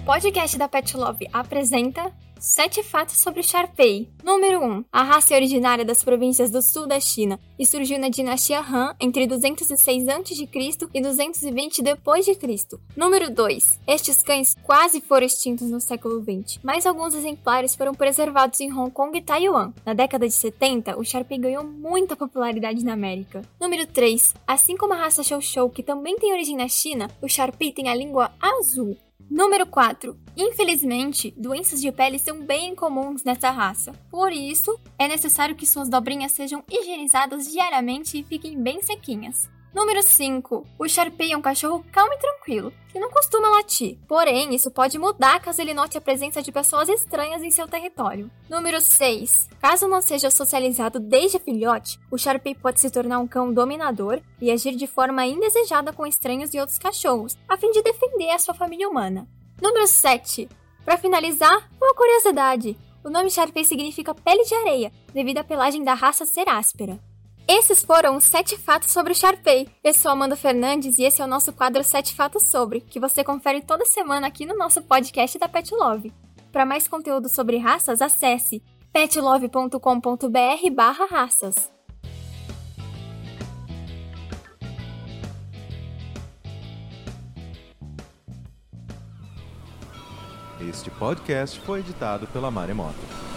podcast da Pet Love apresenta 7 fatos sobre o Shar-Pei. Número 1. A raça é originária das províncias do sul da China e surgiu na dinastia Han entre 206 a.C. e 220 d.C. Número 2. Estes cães quase foram extintos no século XX, mas alguns exemplares foram preservados em Hong Kong e Taiwan. Na década de 70, o Shar-Pei ganhou muita popularidade na América. Número 3. Assim como a raça Chow Chow, que também tem origem na China, o Shar-Pei tem a língua azul. Número 4. Infelizmente, doenças de pele são bem comuns nessa raça. Por isso, é necessário que suas dobrinhas sejam higienizadas diariamente e fiquem bem sequinhas. Número 5. O Shar-Pei é um cachorro calmo e tranquilo, que não costuma latir. Porém, isso pode mudar caso ele note a presença de pessoas estranhas em seu território. Número 6. Caso não seja socializado desde filhote, o Shar-Pei pode se tornar um cão dominador e agir de forma indesejada com estranhos e outros cachorros, a fim de defender a sua família humana. Número 7. Para finalizar, uma curiosidade. O nome Shar-Pei significa pele de areia, devido à pelagem da raça ser áspera. Esses foram os 7 fatos sobre o Shar-Pei. Eu sou Amanda Fernandes e esse é o nosso quadro 7 Fatos Sobre, que você confere toda semana aqui no nosso podcast da Pet Love. Para mais conteúdo sobre raças, acesse petlove.com.br/raças. Este podcast foi editado pela Maremoto.